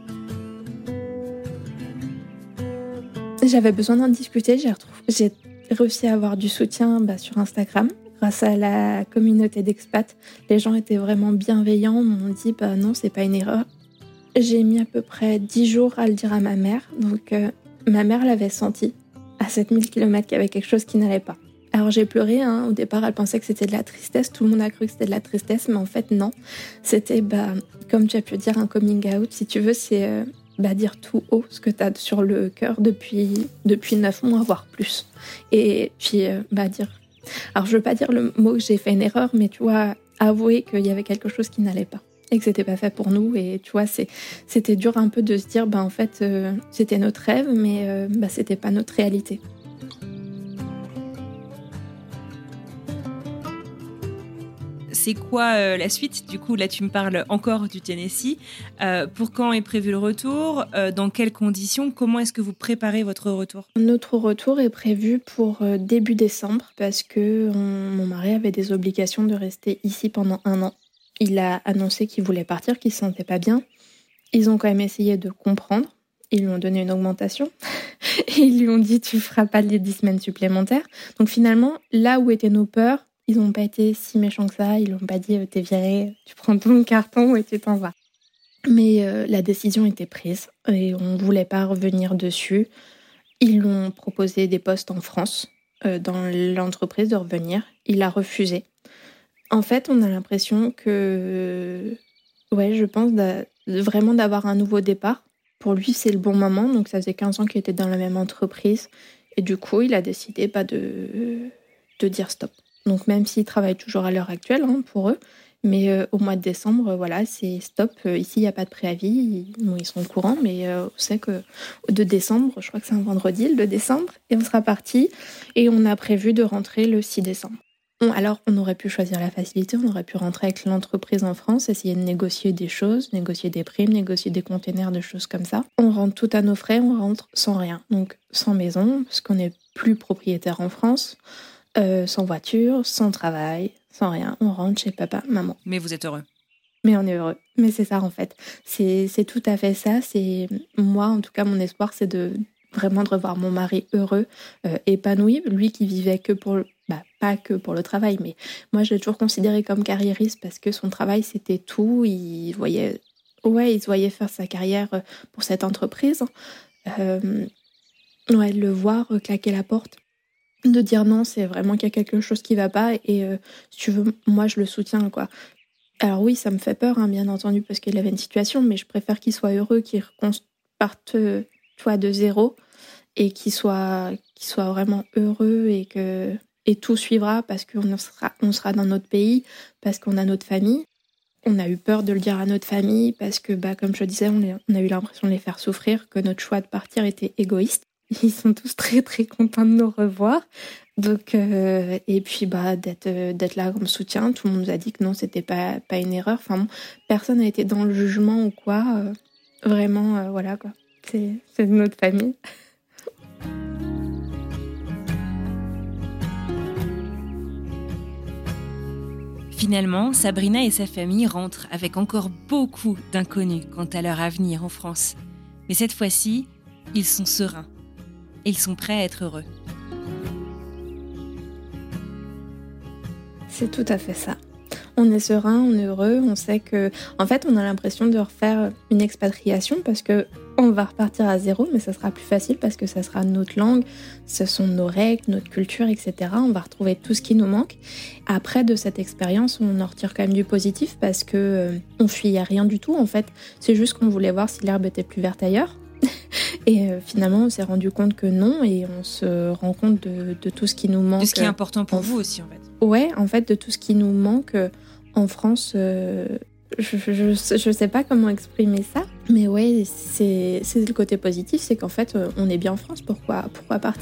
J'avais besoin d'en discuter, j'ai, retrouvé, j'ai réussi à avoir du soutien bah, sur Instagram. Grâce à la communauté d'expats, les gens étaient vraiment bienveillants, m'ont dit bah non, c'est pas une erreur. J'ai mis à peu près dix jours à le dire à ma mère, donc euh, ma mère l'avait senti. À sept mille kilomètres qu'il y avait quelque chose qui n'allait pas. Alors j'ai pleuré, hein. Au départ elle pensait que c'était de la tristesse, tout le monde a cru que c'était de la tristesse, mais en fait non. C'était, bah, comme tu as pu dire, un coming out, si tu veux, c'est euh, bah, dire tout haut ce que tu as sur le cœur depuis, depuis neuf mois, voire plus. Et puis, euh, bah, dire... Alors je veux pas dire le mot que j'ai fait une erreur, mais tu vois, avouer qu'il y avait quelque chose qui n'allait pas. Et que c'était pas fait pour nous, et tu vois, c'est, c'était dur un peu de se dire, bah en fait, euh, c'était notre rêve, mais euh, bah, c'était pas notre réalité. C'est quoi euh, la suite ? Du coup, là, tu me parles encore du Tennessee. Euh, pour quand est prévu le retour ? euh, Dans quelles conditions ? Comment est-ce que vous préparez votre retour ? Notre retour est prévu pour euh, début décembre, parce que on, mon mari avait des obligations de rester ici pendant un an. Il a annoncé qu'il voulait partir, qu'il ne se sentait pas bien. Ils ont quand même essayé de comprendre. Ils lui ont donné une augmentation. Et ils lui ont dit « tu ne feras pas les dix semaines supplémentaires ». Donc finalement, là où étaient nos peurs, ils n'ont pas été si méchants que ça. Ils n'ont pas dit « t'es viré, tu prends ton carton et tu t'en vas ». Mais euh, la décision était prise et on ne voulait pas revenir dessus. Ils lui ont proposé des postes en France, euh, dans l'entreprise, de revenir. Il a refusé. En fait, on a l'impression que, ouais, je pense d'a- vraiment d'avoir un nouveau départ. Pour lui, c'est le bon moment. Donc, ça faisait quinze ans qu'il était dans la même entreprise. Et du coup, il a décidé bah, de, de dire stop. Donc, même s'il travaille toujours à l'heure actuelle hein, pour eux, mais euh, au mois de décembre, euh, voilà, c'est stop. Euh, ici, il n'y a pas de préavis. Ils, bon, ils sont au courant, mais euh, on sait que de décembre, je crois que c'est un vendredi, le deux décembre, et on sera parti. Et on a prévu de rentrer le six décembre. Bon, alors, on aurait pu choisir la facilité, on aurait pu rentrer avec l'entreprise en France, essayer de négocier des choses, négocier des primes, négocier des containers, des choses comme ça. On rentre tout à nos frais, on rentre sans rien. Donc, sans maison, parce qu'on n'est plus propriétaire en France, euh, sans voiture, sans travail, sans rien. On rentre chez papa, maman. Mais vous êtes heureux. Mais on est heureux. Mais c'est ça, en fait. C'est, c'est tout à fait ça. C'est moi, en tout cas, mon espoir, c'est de vraiment de revoir mon mari heureux, euh, épanoui. Lui qui vivait que pour... Bah, pas que pour le travail, mais moi, je l'ai toujours considéré comme carriériste parce que son travail, c'était tout. Il voyait... Ouais, il se voyait faire sa carrière pour cette entreprise. Euh... Ouais, de le voir claquer la porte, de dire non, c'est vraiment qu'il y a quelque chose qui va pas. Et euh, si tu veux, moi, je le soutiens, quoi. Alors oui, ça me fait peur, hein, bien entendu, parce qu'il avait une situation, mais je préfère qu'il soit heureux, qu'il reparte euh, toi, de zéro, et qu'il soit, qu'il soit vraiment heureux, et que et tout suivra, parce qu'on sera, on sera dans notre pays, parce qu'on a notre famille. On a eu peur de le dire à notre famille, parce que, bah, comme je disais, on, les, on a eu l'impression de les faire souffrir, que notre choix de partir était égoïste. Ils sont tous très, très contents de nous revoir. Donc, euh, et puis bah, d'être, d'être là comme soutien, tout le monde nous a dit que non, c'était pas, pas une erreur. Enfin, bon, personne n'a été dans le jugement ou quoi. Euh, vraiment, euh, voilà quoi. C'est, c'est notre famille. Finalement, Sabrina et sa famille rentrent avec encore beaucoup d'inconnus quant à leur avenir en France. Mais cette fois-ci, ils sont sereins. Et ils sont prêts à être heureux. C'est tout à fait ça. On est serein, on est heureux, on sait que... En fait, on a l'impression de refaire une expatriation parce que on va repartir à zéro, mais ça sera plus facile parce que ça sera notre langue, ce sont nos règles, notre culture, et cetera. On va retrouver tout ce qui nous manque. Après, de cette expérience, on en retire quand même du positif parce que euh, on fuyait rien du tout, en fait. C'est juste qu'on voulait voir si l'herbe était plus verte ailleurs. Et euh, finalement, on s'est rendu compte que non, et on se rend compte de, de tout ce qui nous manque. De ce qui est important pour vous aussi, en fait. Ouais, en fait, de tout ce qui nous manque euh, en France. Euh, je, je, je sais pas comment exprimer ça, mais ouais, c'est, c'est le côté positif, c'est qu'en fait, euh, on est bien en France. Pourquoi, pourquoi partir ?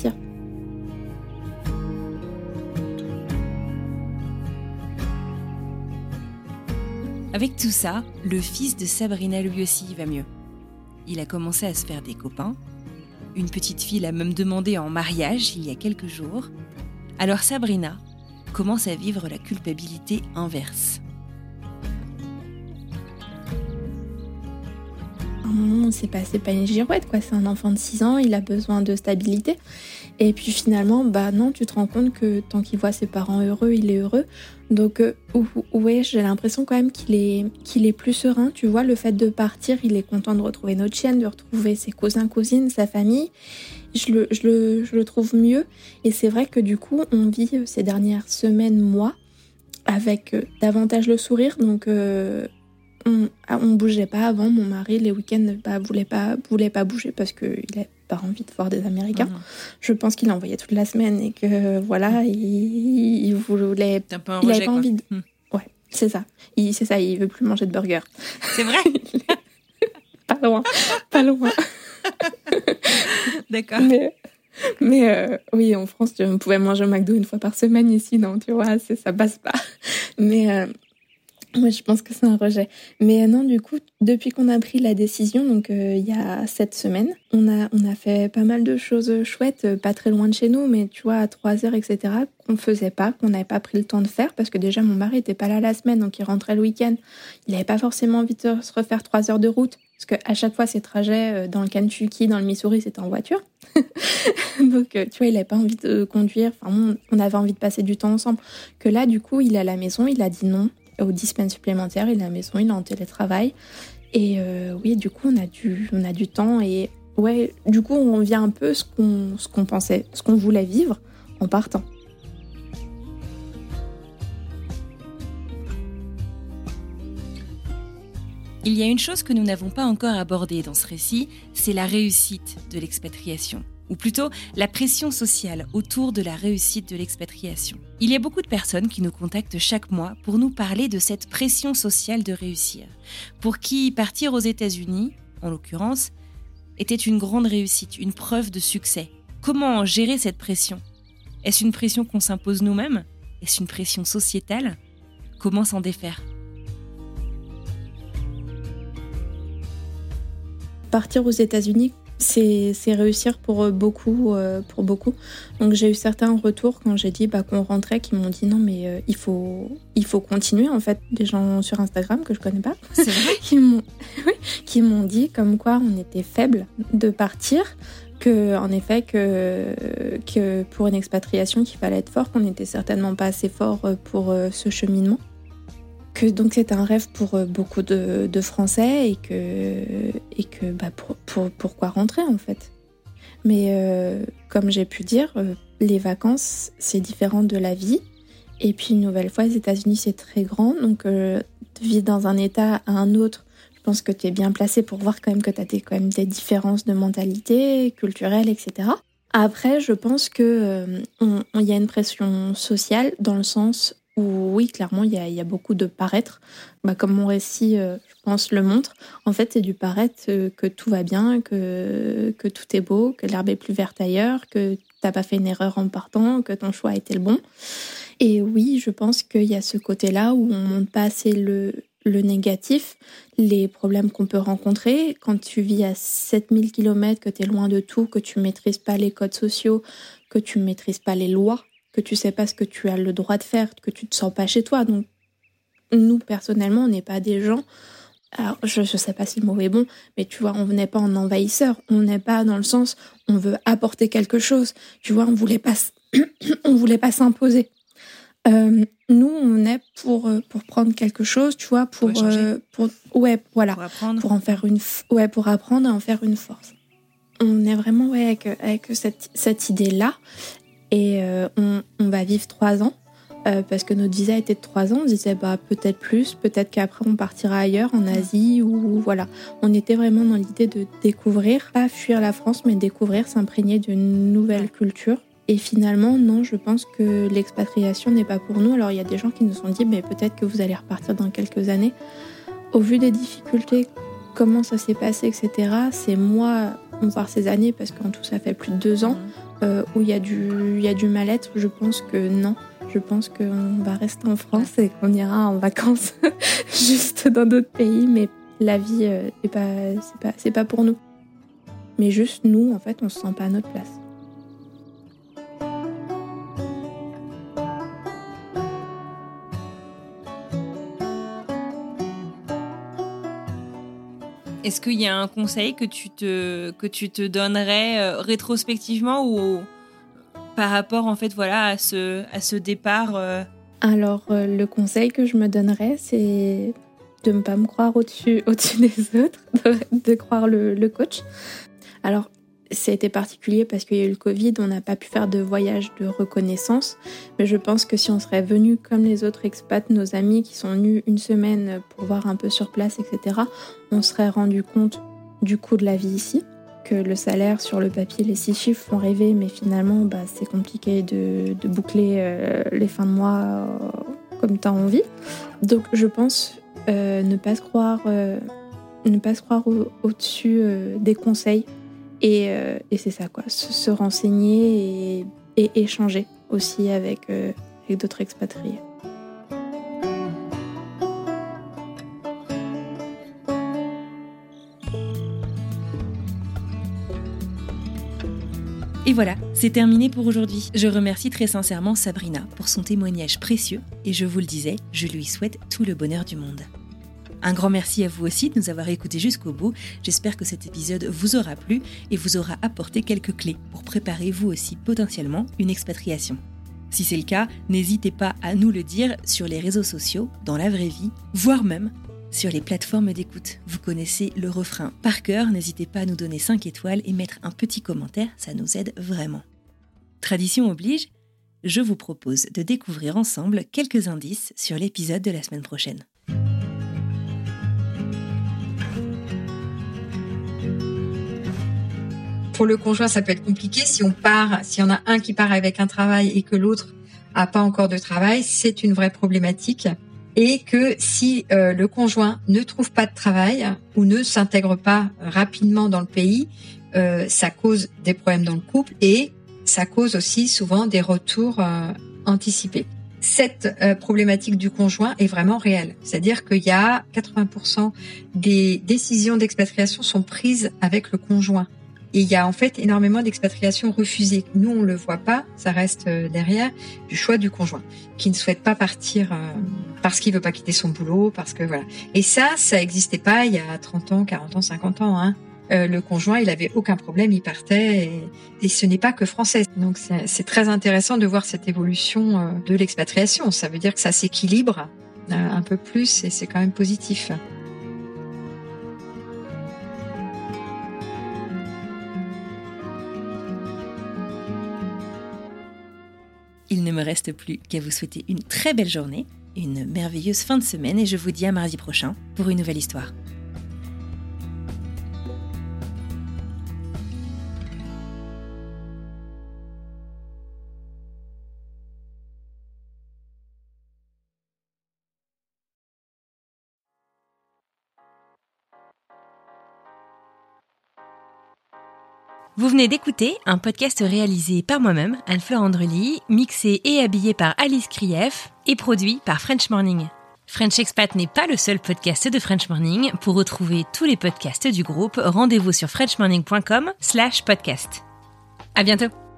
Avec tout ça, le fils de Sabrina lui aussi va mieux. Il a commencé à se faire des copains. Une petite fille l'a même demandé en mariage il y a quelques jours. Alors Sabrina commence à vivre la culpabilité inverse. Non, c'est pas, c'est pas une girouette, quoi. C'est un enfant de six ans, il a besoin de stabilité. Et puis finalement, bah non, tu te rends compte que tant qu'il voit ses parents heureux, il est heureux. Donc, euh, ouais, j'ai l'impression quand même qu'il est, qu'il est plus serein. Tu vois, le fait de partir, il est content de retrouver notre chienne, de retrouver ses cousins, cousines, sa famille. Je le, je le, je le trouve mieux. Et c'est vrai que du coup, on vit ces dernières semaines, mois, avec euh, davantage le sourire. Donc, euh, on, on bougeait pas avant. Mon mari, les week-ends, bah, voulait pas, voulait pas bouger parce qu'il a pas envie de voir des Américains. Mmh. Je pense qu'il en voyait toute la semaine et que voilà, il, il voulait. C'est un peu un il rejet, avait pas quoi. envie de... Mmh. Ouais, c'est ça. Il, c'est ça. Il veut plus manger de burger. C'est vrai. Pas loin, pas loin. D'accord. Mais, mais euh, oui, en France, on pouvait manger au McDo une fois par semaine. Ici, non, tu vois, c'est, ça passe pas. Mais euh, moi, je pense que c'est un rejet. Mais euh, non, du coup, depuis qu'on a pris la décision, donc euh, il y a sept semaines, on a, on a fait pas mal de choses chouettes, euh, pas très loin de chez nous, mais tu vois, à trois heures, et cetera, qu'on faisait pas, qu'on n'avait pas pris le temps de faire, parce que déjà, mon mari était pas là la semaine, donc il rentrait le week-end. Il n'avait pas forcément envie de se refaire trois heures de route, parce qu'à chaque fois, ces trajets dans le Kentucky, dans le Missouri, c'était en voiture. Donc, tu vois, il n'avait pas envie de conduire. Enfin, on, on avait envie de passer du temps ensemble. Que là, du coup, il est à la maison, il a dit non aux dix semaines supplémentaires. Il est à la maison, il est en télétravail. Et euh, oui, du coup, on a, du, on a du temps. Et ouais, du coup, on vit un peu ce qu'on, ce qu'on pensait, ce qu'on voulait vivre en partant. Il y a une chose que nous n'avons pas encore abordée dans ce récit, c'est la réussite de l'expatriation, ou plutôt la pression sociale autour de la réussite de l'expatriation. Il y a beaucoup de personnes qui nous contactent chaque mois pour nous parler de cette pression sociale de réussir, pour qui partir aux États-Unis, en l'occurrence, était une grande réussite, une preuve de succès. Comment gérer cette pression ? Est-ce une pression qu'on s'impose nous-mêmes ? Est-ce une pression sociétale ? Comment s'en défaire ? Partir aux États-Unis, c'est, c'est réussir pour beaucoup, euh, pour beaucoup. Donc j'ai eu certains retours quand j'ai dit bah, qu'on rentrait, qui m'ont dit non mais euh, il faut, il faut continuer en fait. Des gens sur Instagram que je connais pas, c'est vrai qui m'ont, oui, qui m'ont dit comme quoi on était faible de partir, que en effet que, que pour une expatriation qu'il fallait être fort, qu'on n'était certainement pas assez fort pour euh, ce cheminement. Que donc c'est un rêve pour beaucoup de, de Français et que, et que bah pour, pour, pourquoi rentrer en fait. Mais euh, comme j'ai pu dire, euh, les vacances c'est différent de la vie. Et puis une nouvelle fois, les États-Unis c'est très grand, donc euh, vivre dans un état à un autre, je pense que tu es bien placé pour voir quand même que tu as des, quand même des différences de mentalité, culturelles, et cetera. Après, je pense qu'il euh, y a une pression sociale dans le sens où oui, clairement, il y a, y a beaucoup de paraître. Bah, comme mon récit, euh, je pense, le montre. En fait, c'est du paraître euh, que tout va bien, que, que tout est beau, que l'herbe est plus verte ailleurs, que t'as pas fait une erreur en partant, que ton choix a été le bon. Et oui, je pense qu'il y a ce côté-là où on montre pas assez le, le négatif, les problèmes qu'on peut rencontrer. Quand tu vis à sept mille kilomètres, que tu es loin de tout, que tu maîtrises pas les codes sociaux, que tu maîtrises pas les lois, que tu sais pas ce que tu as le droit de faire, que tu te sens pas chez toi. Donc, nous, personnellement, on n'est pas des gens... Alors, je, je sais pas si le mot est bon, mais tu vois, on n'est pas en envahisseur. On n'est pas dans le sens, on veut apporter quelque chose. Tu vois, on voulait pas, on voulait pas s'imposer. Euh, nous, on est pour, pour prendre quelque chose, tu vois, pour... Pour, euh, pour ouais, voilà. Pour apprendre. Pour en faire une... Ouais, pour apprendre et en faire une force. On est vraiment, ouais, avec, avec cette, cette idée-là. Et euh, on, on va vivre trois ans, euh, parce que notre visa était de trois ans. On disait bah, peut-être plus, peut-être qu'après on partira ailleurs, en Asie, ou voilà. On était vraiment dans l'idée de découvrir, pas fuir la France, mais découvrir, s'imprégner d'une nouvelle culture. Et finalement, non, je pense que l'expatriation n'est pas pour nous. Alors il y a des gens qui nous ont dit mais peut-être que vous allez repartir dans quelques années. Au vu des difficultés, comment ça s'est passé, et cetera, c'est moi, on part ces années, parce qu'en tout ça fait plus de deux ans, Euh, où il y a du, il y a du mal-être, je pense que non. Je pense qu'on va rester en France et qu'on ira en vacances juste dans d'autres pays, mais la vie, euh, c'est pas, c'est pas, c'est pas pour nous. Mais juste nous, en fait, on se sent pas à notre place. Est-ce qu'il y a un conseil que tu te, que tu te donnerais euh, rétrospectivement ou par rapport en fait, voilà, à, ce, à ce départ euh... Alors, euh, le conseil que je me donnerais, c'est de ne pas me croire au-dessus, au-dessus des autres, de, de croire le, le coach. Alors, ça a été particulier parce qu'il y a eu le Covid, on n'a pas pu faire de voyage de reconnaissance, mais je pense que si on serait venus comme les autres expats, nos amis qui sont venus une semaine pour voir un peu sur place, et cetera, on serait rendu compte du coût de la vie ici, que le salaire sur le papier, les six chiffres font rêver, mais finalement bah, c'est compliqué de, de boucler euh, les fins de mois euh, comme tu as envie. Donc je pense euh, ne pas se croire, euh, ne pas se croire au, au-dessus euh, des conseils. Et, euh, et c'est ça, quoi. Se, se renseigner et, et échanger aussi avec, euh, avec d'autres expatriés. Et voilà, c'est terminé pour aujourd'hui. Je remercie très sincèrement Sabrina pour son témoignage précieux et je vous le disais, je lui souhaite tout le bonheur du monde. Un grand merci à vous aussi de nous avoir écoutés jusqu'au bout. J'espère que cet épisode vous aura plu et vous aura apporté quelques clés pour préparer vous aussi potentiellement une expatriation. Si c'est le cas, n'hésitez pas à nous le dire sur les réseaux sociaux, dans la vraie vie, voire même sur les plateformes d'écoute. Vous connaissez le refrain par cœur, n'hésitez pas à nous donner cinq étoiles et mettre un petit commentaire, ça nous aide vraiment. Tradition oblige, je vous propose de découvrir ensemble quelques indices sur l'épisode de la semaine prochaine. Pour le conjoint, ça peut être compliqué. Si on part, s'il y en a un qui part avec un travail et que l'autre a pas encore de travail, c'est une vraie problématique. Et que si euh, le conjoint ne trouve pas de travail ou ne s'intègre pas rapidement dans le pays, euh, ça cause des problèmes dans le couple et ça cause aussi souvent des retours euh, anticipés. Cette euh, problématique du conjoint est vraiment réelle. C'est-à-dire qu'il y a quatre-vingts pour cent des décisions d'expatriation sont prises avec le conjoint. Et il y a en fait énormément d'expatriations refusées. Nous, on le voit pas, ça reste derrière du choix du conjoint, qui ne souhaite pas partir euh, parce qu'il veut pas quitter son boulot, parce que voilà. Et ça, ça existait pas il y a trente ans, quarante ans, cinquante ans. Hein. Euh, le conjoint, il avait aucun problème, il partait. Et, et ce n'est pas que français. Donc c'est, c'est très intéressant de voir cette évolution euh, de l'expatriation. Ça veut dire que ça s'équilibre euh, un peu plus et c'est quand même positif. Il ne me reste plus qu'à vous souhaiter une très belle journée, une merveilleuse fin de semaine et je vous dis à mardi prochain pour une nouvelle histoire. Vous venez d'écouter un podcast réalisé par moi-même, Anne-Fleur Andrely, mixé et habillé par Alice Krief et produit par French Morning. French Expat n'est pas le seul podcast de French Morning. Pour retrouver tous les podcasts du groupe, rendez-vous sur french morning point com slash podcast. À bientôt!